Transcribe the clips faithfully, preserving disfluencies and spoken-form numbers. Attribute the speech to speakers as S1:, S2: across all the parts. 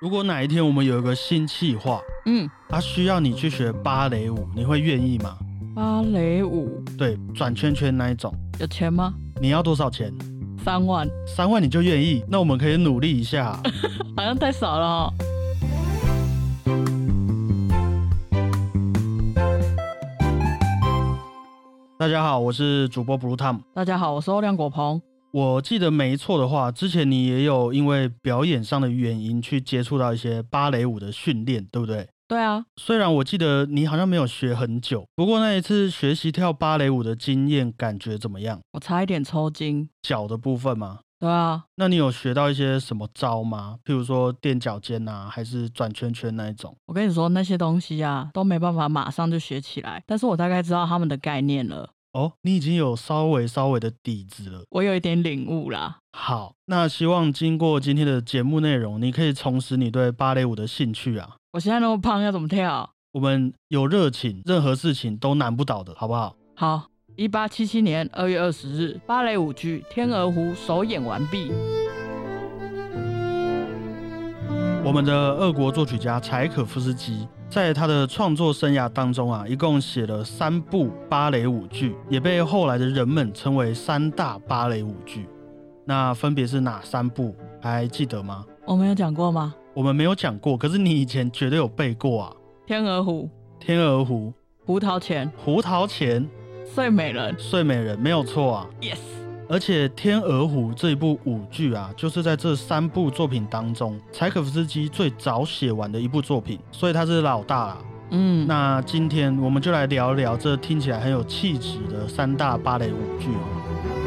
S1: 如果哪一天我们有一个新企划，
S2: 嗯，
S1: 它需要你去学芭蕾舞，你会愿意吗？
S2: 芭蕾舞，
S1: 对，转圈圈那一种。
S2: 有钱吗？
S1: 你要多少钱？
S2: 三万，
S1: 三万你就愿意？那我们可以努力一下、啊。
S2: 好像太少了哦。
S1: 大家好，我是主播 Blue Tom。
S2: 大家好，我是欧亮果鹏。
S1: 我记得没错的话，之前你也有因为表演上的原因去接触到一些芭蕾舞的训练，对不对？
S2: 对啊，
S1: 虽然我记得你好像没有学很久，不过那一次学习跳芭蕾舞的经验感觉怎么样？
S2: 我差一点抽筋。
S1: 脚的部分吗？
S2: 对啊，
S1: 那你有学到一些什么招吗？譬如说垫脚尖啊，还是转圈圈那一种？
S2: 我跟你说那些东西啊，都没办法马上就学起来，但是我大概知道他们的概念了。
S1: 哦，你已经有稍微稍微的底子了。
S2: 我有一点领悟啦。
S1: 好，那希望经过今天的节目内容，你可以重拾你对芭蕾舞的兴趣啊。
S2: 我现在那么胖，要怎么跳？
S1: 我们有热情，任何事情都难不倒的，好不好？
S2: 好，一八七七年二月二十日，芭蕾舞剧《天鹅湖》首演完毕。
S1: 我们的俄国作曲家柴可夫斯基在他的创作生涯当中啊，一共写了三部芭蕾舞剧，也被后来的人们称为三大芭蕾舞剧。那分别是哪三部？还记得吗？
S2: 我们有讲过吗？
S1: 我们没有讲过，可是你以前绝对有背过啊。
S2: 天鹅湖、
S1: 天鹅湖、
S2: 胡桃钳、
S1: 胡桃钳、
S2: 睡美人、
S1: 睡美人，没有错啊。
S2: Yes。
S1: 而且《天鹅湖》这一部舞剧啊，就是在这三部作品当中，柴可夫斯基最早写完的一部作品，所以他是老大啦。
S2: 嗯，
S1: 那今天我们就来聊聊这听起来很有气质的三大芭蕾舞剧哦。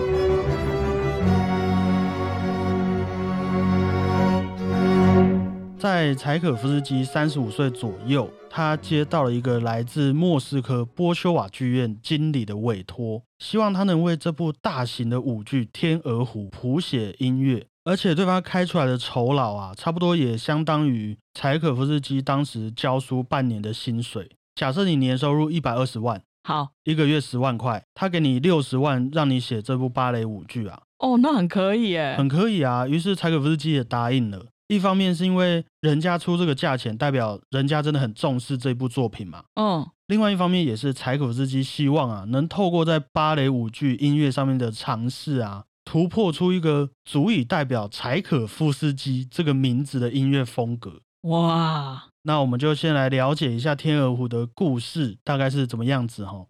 S1: 在柴可夫斯基三十五岁左右，他接到了一个来自莫斯科波修瓦剧院经理的委托，希望他能为这部大型的舞剧《天鹅湖》谱写音乐，而且对方开出来的酬劳啊，差不多也相当于柴可夫斯基当时教书半年的薪水。假设你年收入一百二十万，
S2: 好，
S1: 一个月十万块，他给你六十万让你写这部芭蕾舞剧啊。
S2: 哦，那很可以耶。
S1: 很可以啊，于是柴可夫斯基也答应了。一方面是因为人家出这个价钱，代表人家真的很重视这部作品嘛。
S2: 嗯，
S1: 另外一方面也是柴可夫斯基希望啊，能透过在芭蕾舞剧音乐上面的尝试啊，突破出一个足以代表柴可夫斯基这个名字的音乐风格。
S2: 哇，
S1: 那我们就先来了解一下天鹅湖的故事大概是怎么样子齁。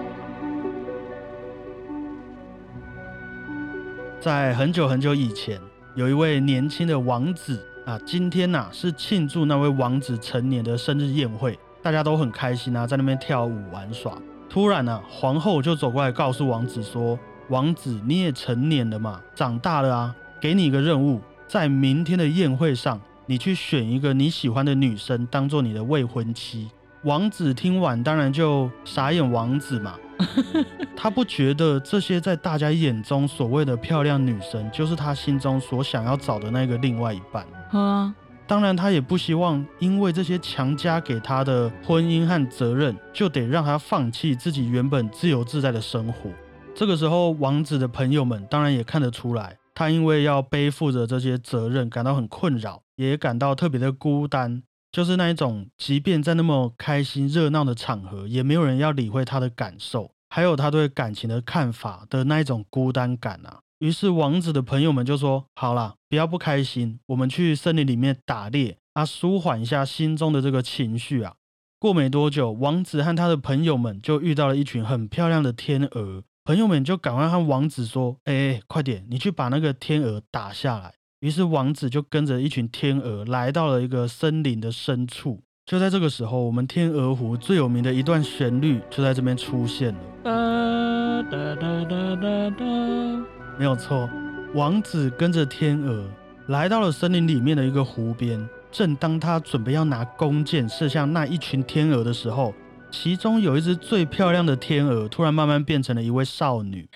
S1: 在很久很久以前，有一位年轻的王子啊，今天啊是庆祝那位王子成年的生日宴会，大家都很开心啊，在那边跳舞玩耍。突然啊，皇后就走过来告诉王子说：“王子，你也成年了嘛，长大了啊，给你一个任务，在明天的宴会上，你去选一个你喜欢的女生当做你的未婚妻。”王子听完当然就傻眼王子嘛。他不觉得这些在大家眼中所谓的漂亮女生就是他心中所想要找的那个另外一半。
S2: 啊，
S1: 当然他也不希望因为这些强加给他的婚姻和责任就得让他放弃自己原本自由自在的生活。这个时候王子的朋友们当然也看得出来，他因为要背负着这些责任感到很困扰，也感到特别的孤单，就是那一种即便在那么开心热闹的场合也没有人要理会他的感受，还有他对感情的看法的那一种孤单感啊。于是王子的朋友们就说：好啦，不要不开心，我们去森林里面打猎啊，舒缓一下心中的这个情绪啊。过没多久，王子和他的朋友们就遇到了一群很漂亮的天鹅，朋友们就赶快和王子说：哎、欸，快点，你去把那个天鹅打下来。于是王子就跟着一群天鹅来到了一个森林的深处。就在这个时候，我们天鹅湖最有名的一段旋律就在这边出现了。
S2: 哒哒哒哒哒哒，
S1: 没有错，王子跟着天鹅来到了森林里面的一个湖边。正当他准备要拿弓箭射向那一群天鹅的时候，其中有一只最漂亮的天鹅突然慢慢变成了一位少女。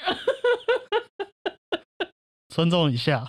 S1: 尊重一下。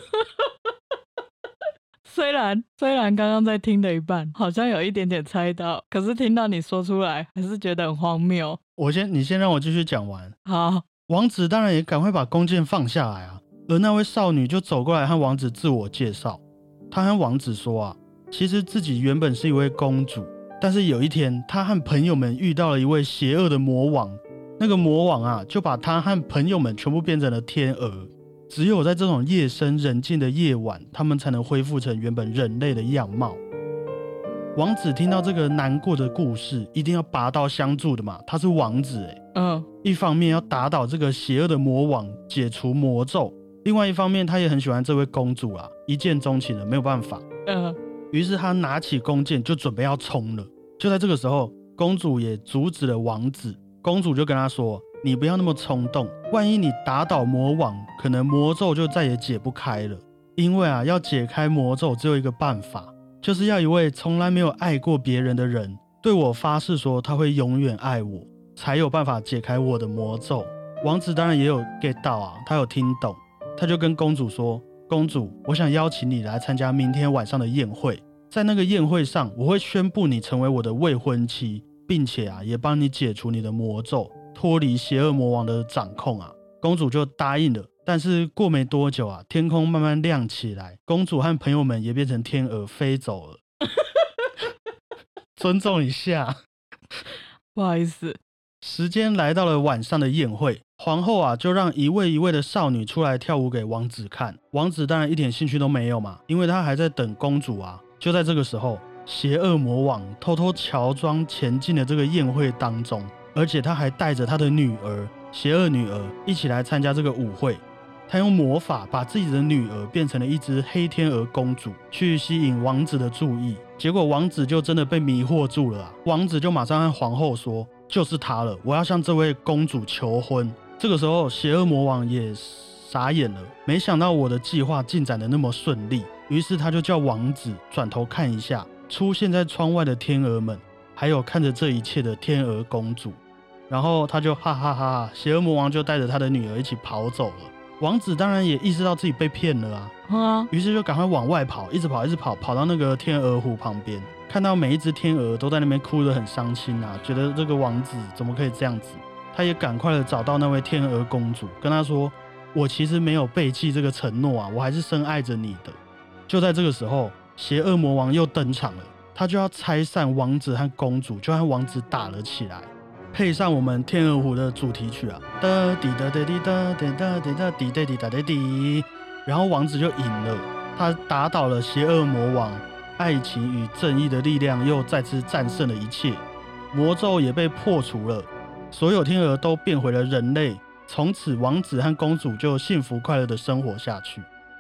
S2: 虽然虽然刚刚在听的一半好像有一点点猜到，可是听到你说出来还是觉得很荒谬。
S1: 我先你先让我继续讲完。
S2: 好，
S1: 王子当然也赶快把弓箭放下来啊，而那位少女就走过来和王子自我介绍。她和王子说啊， 其实自己原本是一位公主，但是有一天她和朋友们遇到了一位邪恶的魔王，那个魔王啊就把她和朋友们全部变成了天鹅。只有在这种夜深人静的夜晚，他们才能恢复成原本人类的样貌。王子听到这个难过的故事，一定要拔刀相助的嘛，他是王子欸。
S2: 嗯，
S1: 一方面要打倒这个邪恶的魔王，解除魔咒，另外一方面他也很喜欢这位公主啊，一见钟情了，没有办法。
S2: 嗯，
S1: 于是他拿起弓箭就准备要冲了。就在这个时候，公主也阻止了王子。公主就跟他说，你不要那么冲动，万一你打倒魔王，可能魔咒就再也解不开了。因为啊，要解开魔咒只有一个办法，就是要一位从来没有爱过别人的人对我发誓说他会永远爱我，才有办法解开我的魔咒。王子当然也有 get 到啊，他有听懂，他就跟公主说，公主，我想邀请你来参加明天晚上的宴会，在那个宴会上，我会宣布你成为我的未婚妻，并且啊，也帮你解除你的魔咒，脱离邪恶魔王的掌控啊。公主就答应了。但是过没多久啊，天空慢慢亮起来，公主和朋友们也变成天鹅飞走了。尊重一下。
S2: 不好意思。
S1: 时间来到了晚上的宴会，皇后啊就让一位一位的少女出来跳舞给王子看。王子当然一点兴趣都没有嘛，因为他还在等公主啊。就在这个时候，邪恶魔王偷偷乔装前进了这个宴会当中，而且他还带着他的女儿，邪恶女儿一起来参加这个舞会。他用魔法把自己的女儿变成了一只黑天鹅公主，去吸引王子的注意。结果王子就真的被迷惑住了啊！王子就马上和皇后说，就是她了，我要向这位公主求婚。这个时候邪恶魔王也傻眼了，没想到我的计划进展得那么顺利，于是他就叫王子转头看一下出现在窗外的天鹅们，还有看着这一切的天鹅公主，然后他就哈哈哈哈，邪恶魔王就带着他的女儿一起跑走了。王子当然也意识到自己被骗了啊，
S2: 啊，
S1: 于是就赶快往外跑，一直跑一直跑，跑到那个天鹅湖旁边，看到每一只天鹅都在那边哭得很伤心啊，觉得这个王子怎么可以这样子。他也赶快的找到那位天鹅公主，跟她说，我其实没有背弃这个承诺啊，我还是深爱着你的。就在这个时候，邪恶魔王又登场了，他就要拆散王子和公主，就和王子打了起来。配上我们天鹅湖的主题曲啊，哒滴哒哒滴哒哒哒滴哒滴哒滴哒哒滴，然后王子就赢了，他打倒了邪恶魔王，爱情与正义的力量又再次战胜了一切，魔咒也被破除了，所有天鹅都变回了人类，从此王子和公主就幸福快乐的生活下去。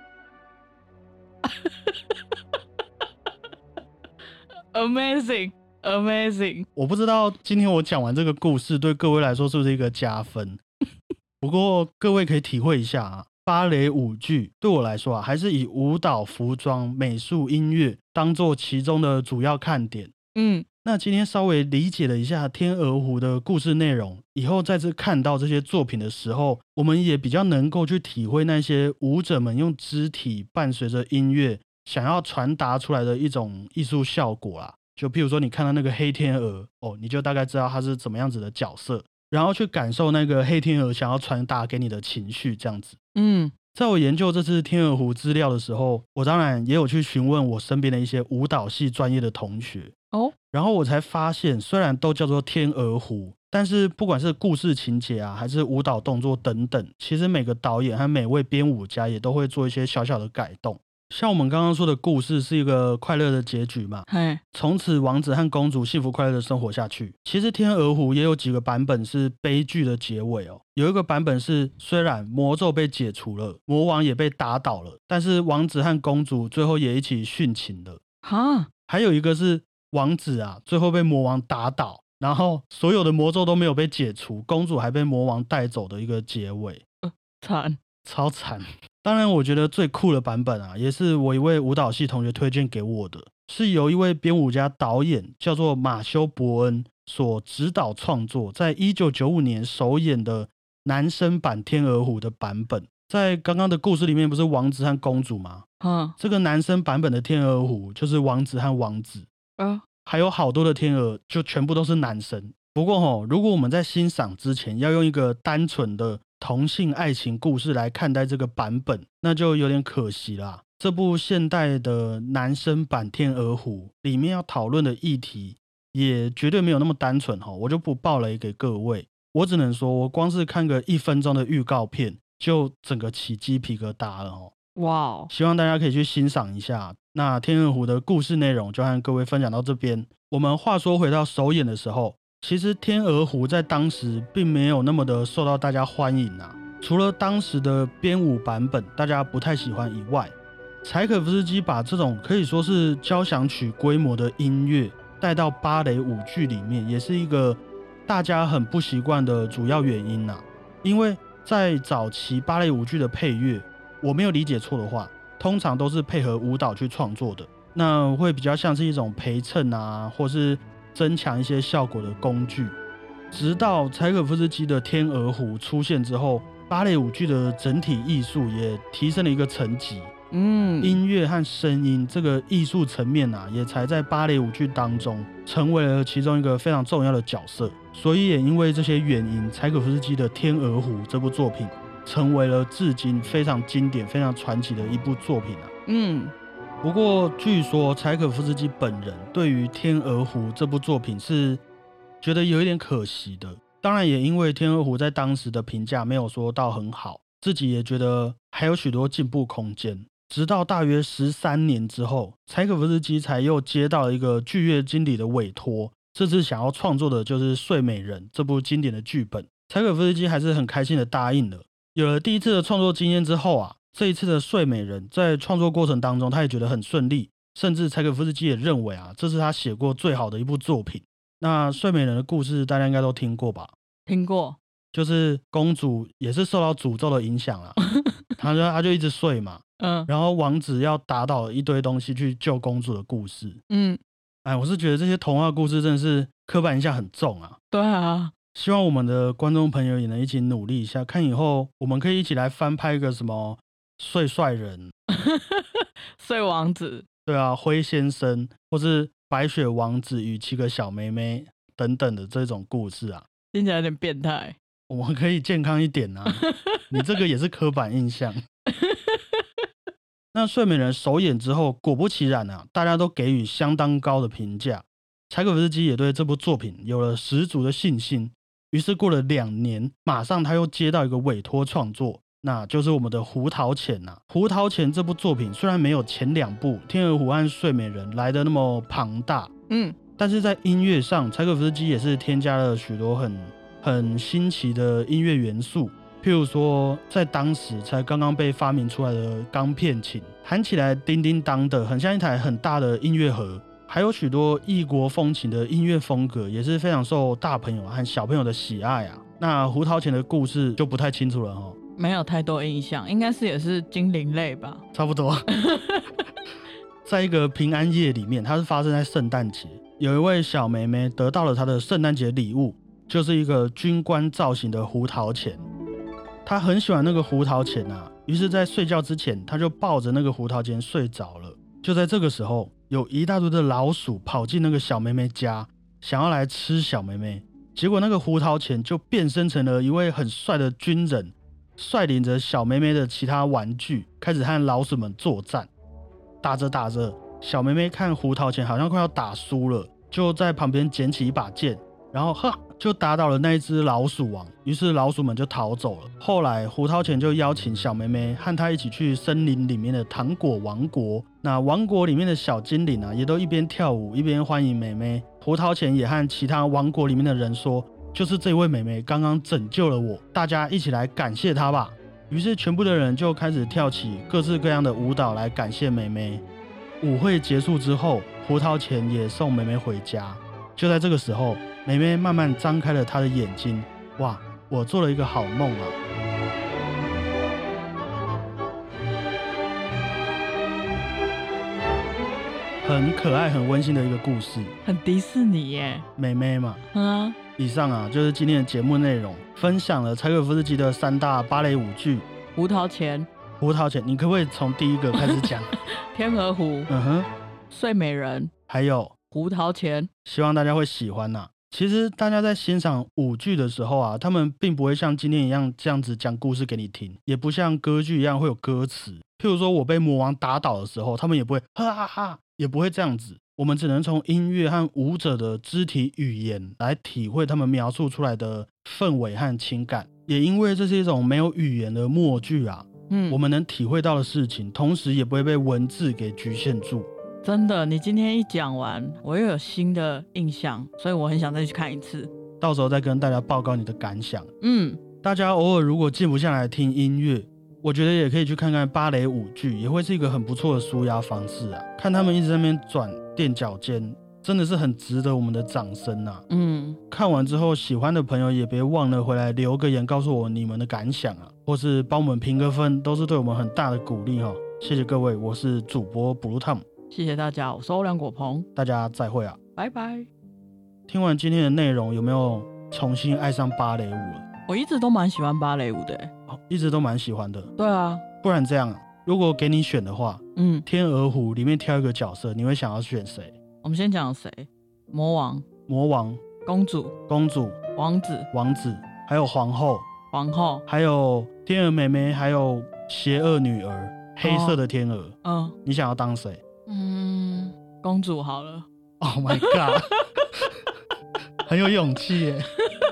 S2: Amazing Amazing。
S1: 我不知道今天我讲完这个故事对各位来说是不是一个加分。不过各位可以体会一下啊，芭蕾舞剧对我来说啊，还是以舞蹈、服装、美术、音乐当做其中的主要看点。
S2: 嗯，
S1: 那今天稍微理解了一下天鹅湖的故事内容，以后再次看到这些作品的时候，我们也比较能够去体会那些舞者们用肢体伴随着音乐想要传达出来的一种艺术效果啦。就譬如说你看到那个黑天鹅哦，你就大概知道它是怎么样子的角色，然后去感受那个黑天鹅想要传达给你的情绪这样子。
S2: 嗯，
S1: 在我研究这次天鹅湖资料的时候，我当然也有去询问我身边的一些舞蹈系专业的同学
S2: 哦，
S1: 然后我才发现，虽然都叫做天鹅湖，但是不管是故事情节啊，还是舞蹈动作等等，其实每个导演和每位编舞家也都会做一些小小的改动。像我们刚刚说的故事是一个快乐的结局嘛，
S2: 嘿，
S1: 从此王子和公主幸福快乐的生活下去。其实天鹅湖也有几个版本是悲剧的结尾哦。有一个版本是虽然魔咒被解除了，魔王也被打倒了，但是王子和公主最后也一起殉情了。
S2: 哈，
S1: 还有一个是王子啊最后被魔王打倒，然后所有的魔咒都没有被解除，公主还被魔王带走的一个结尾。
S2: 呃，惨，
S1: 超惨。当然我觉得最酷的版本啊，也是我一位舞蹈系同学推荐给我的，是由一位编舞家导演叫做马修伯恩所指导创作，在一九九五年首演的男生版天鹅湖的版本。在刚刚的故事里面不是王子和公主吗？
S2: 嗯，
S1: 这个男生版本的天鹅湖就是王子和王子，
S2: 啊，
S1: 还有好多的天鹅就全部都是男生。不过齁，如果我们在欣赏之前要用一个单纯的同性爱情故事来看待这个版本，那就有点可惜啦。 这部现代的男生版《天鹅湖》里面要讨论的议题也绝对没有那么单纯哈，我就不爆雷给各位。我只能说，我光是看个一分钟的预告片，就整个起鸡皮疙瘩了哦。
S2: 哇，
S1: 希望大家可以去欣赏一下。那天鹅湖的故事内容就和各位分享到这边。我们话说回到首演的时候，其实天鹅湖在当时并没有那么的受到大家欢迎啊。除了当时的编舞版本大家不太喜欢以外，柴可夫斯基把这种可以说是交响曲规模的音乐带到芭蕾舞剧里面，也是一个大家很不习惯的主要原因啊。因为在早期芭蕾舞剧的配乐，我没有理解错的话，通常都是配合舞蹈去创作的，那会比较像是一种陪衬啊，或是增强一些效果的工具。直到柴可夫斯基的《天鹅湖》出现之后，芭蕾舞剧的整体艺术也提升了一个层级。嗯，音乐和声音这个艺术层面啊，也才在芭蕾舞剧当中成为了其中一个非常重要的角色。所以也因为这些原因，柴可夫斯基的《天鹅湖》这部作品成为了至今非常经典、非常传奇的一部作品啊。嗯，不过据说柴可夫斯基本人对于《天鹅湖》这部作品是觉得有一点可惜的。当然也因为《天鹅湖》在当时的评价没有说到很好，自己也觉得还有许多进步空间。直到大约十三年之后，柴可夫斯基才又接到了一个剧院经理的委托，这次想要创作的就是《睡美人》这部经典的剧本。柴可夫斯基还是很开心的答应了。有了第一次的创作经验之后啊，这一次的《睡美人》在创作过程当中他也觉得很顺利，甚至柴可夫斯基也认为啊，这是他写过最好的一部作品。那《睡美人》的故事大家应该都听过吧？
S2: 听过，
S1: 就是公主也是受到诅咒的影响啦，她就她就一直睡嘛，嗯，然后王子要打倒一堆东西去救公主的故事。嗯，哎，我是觉得这些童话故事真的是刻板印象很重啊。
S2: 对啊，
S1: 希望我们的观众朋友也能一起努力一下，看以后我们可以一起来翻拍一个什么睡帅人
S2: 睡王子，
S1: 对啊，灰先生，或是白雪王子与七个小妹妹等等的这种故事啊，
S2: 听起来有点变态。
S1: 我们可以健康一点啊，你这个也是刻板印象。那睡美人首演之后，果不其然啊，大家都给予相当高的评价。柴可夫斯基也对这部作品有了十足的信心，于是过了两年，马上他又接到一个委托创作，那就是我们的《胡桃钳》啊。《胡桃钳》这部作品虽然没有前两部《天鹅湖》和《睡美人》来的那么庞大，嗯，但是在音乐上，柴可夫斯基也是添加了许多很很新奇的音乐元素。譬如说，在当时才刚刚被发明出来的钢片琴，弹起来叮叮当的，很像一台很大的音乐盒。还有许多异国风情的音乐风格，也是非常受大朋友和小朋友的喜爱啊。那胡桃钳的故事就不太清楚了齁，
S2: 没有太多印象，应该是也是精灵类吧，
S1: 差不多。在一个平安夜里面，它是发生在圣诞节，有一位小妹妹得到了她的圣诞节礼物，就是一个军官造型的胡桃钳。她很喜欢那个胡桃钳啊，于是在睡觉之前，她就抱着那个胡桃钳睡着了。就在这个时候，有一大堆的老鼠跑进那个小妹妹家，想要来吃小妹妹。结果那个胡桃钳就变身成了一位很帅的军人，率领着小妹妹的其他玩具，开始和老鼠们作战。打着打着，小妹妹看胡桃钳好像快要打输了，就在旁边捡起一把剑，然后哈就打倒了那一只老鼠王，于是老鼠们就逃走了。后来胡桃钳就邀请小妹妹和他一起去森林里面的糖果王国，那王国里面的小精灵啊，也都一边跳舞一边欢迎妹妹。胡桃钳也和其他王国里面的人说，就是这位妹妹刚刚拯救了我，大家一起来感谢她吧。于是全部的人就开始跳起各式各样的舞蹈来感谢妹妹。舞会结束之后，胡桃钳也送妹妹回家。就在这个时候，妹妹慢慢张开了她的眼睛，哇，我做了一个好梦啊。很可爱很温馨的一个故事，
S2: 很迪士尼耶，
S1: 妹妹嘛。
S2: 嗯、啊，
S1: 以上啊就是今天的节目内容，分享了柴可夫斯基的三大芭蕾舞剧。
S2: 胡桃钳，
S1: 胡桃钳，你可不可以从第一个开始讲？
S2: 天鹅湖，
S1: 嗯哼，
S2: 睡美人，
S1: 还有
S2: 胡桃钳，
S1: 希望大家会喜欢啊。 其实大家在欣赏舞剧的时候啊，他们并不会像今天一样这样子讲故事给你听，也不像歌剧一样会有歌词。譬如说我被魔王打倒的时候，他们也不会哈哈哈，也不会这样子。我们只能从音乐和舞者的肢体语言来体会他们描述出来的氛围和情感。也因为这是一种没有语言的默剧啊，嗯，我们能体会到的事情，同时也不会被文字给局限住。
S2: 真的，你今天一讲完，我又有新的印象，所以我很想再去看一次。
S1: 到时候再跟大家报告你的感想。
S2: 嗯，
S1: 大家偶尔如果静不下来听音乐，我觉得也可以去看看芭蕾舞剧，也会是一个很不错的抒压方式啊。看他们一直在那边转垫脚尖，真的是很值得我们的掌声啊。嗯，看完之后，喜欢的朋友也别忘了回来留个言，告诉我你们的感想啊，或是帮我们评个分，都是对我们很大的鼓励哈。谢谢各位，我是主播 Blue Tom。
S2: 谢谢大家，我是欧良果鹏，
S1: 大家再会啊，
S2: 拜拜。
S1: 听完今天的内容，有没有重新爱上芭蕾舞了？
S2: 我一直都蛮喜欢芭蕾舞的、欸
S1: 哦、一直都蛮喜欢的。
S2: 对啊，
S1: 不然这样啊，如果给你选的话，嗯，天鹅湖里面挑一个角色，你会想要选谁？
S2: 我们先讲谁？魔王、
S1: 魔王、
S2: 公主、
S1: 公主、
S2: 王子、
S1: 王子，还有皇后、
S2: 皇后，
S1: 还有天鹅妹妹，还有邪恶女儿，黑色的天鹅。嗯，你想要当谁？
S2: 嗯，公主好了。
S1: Oh my god 很有勇气耶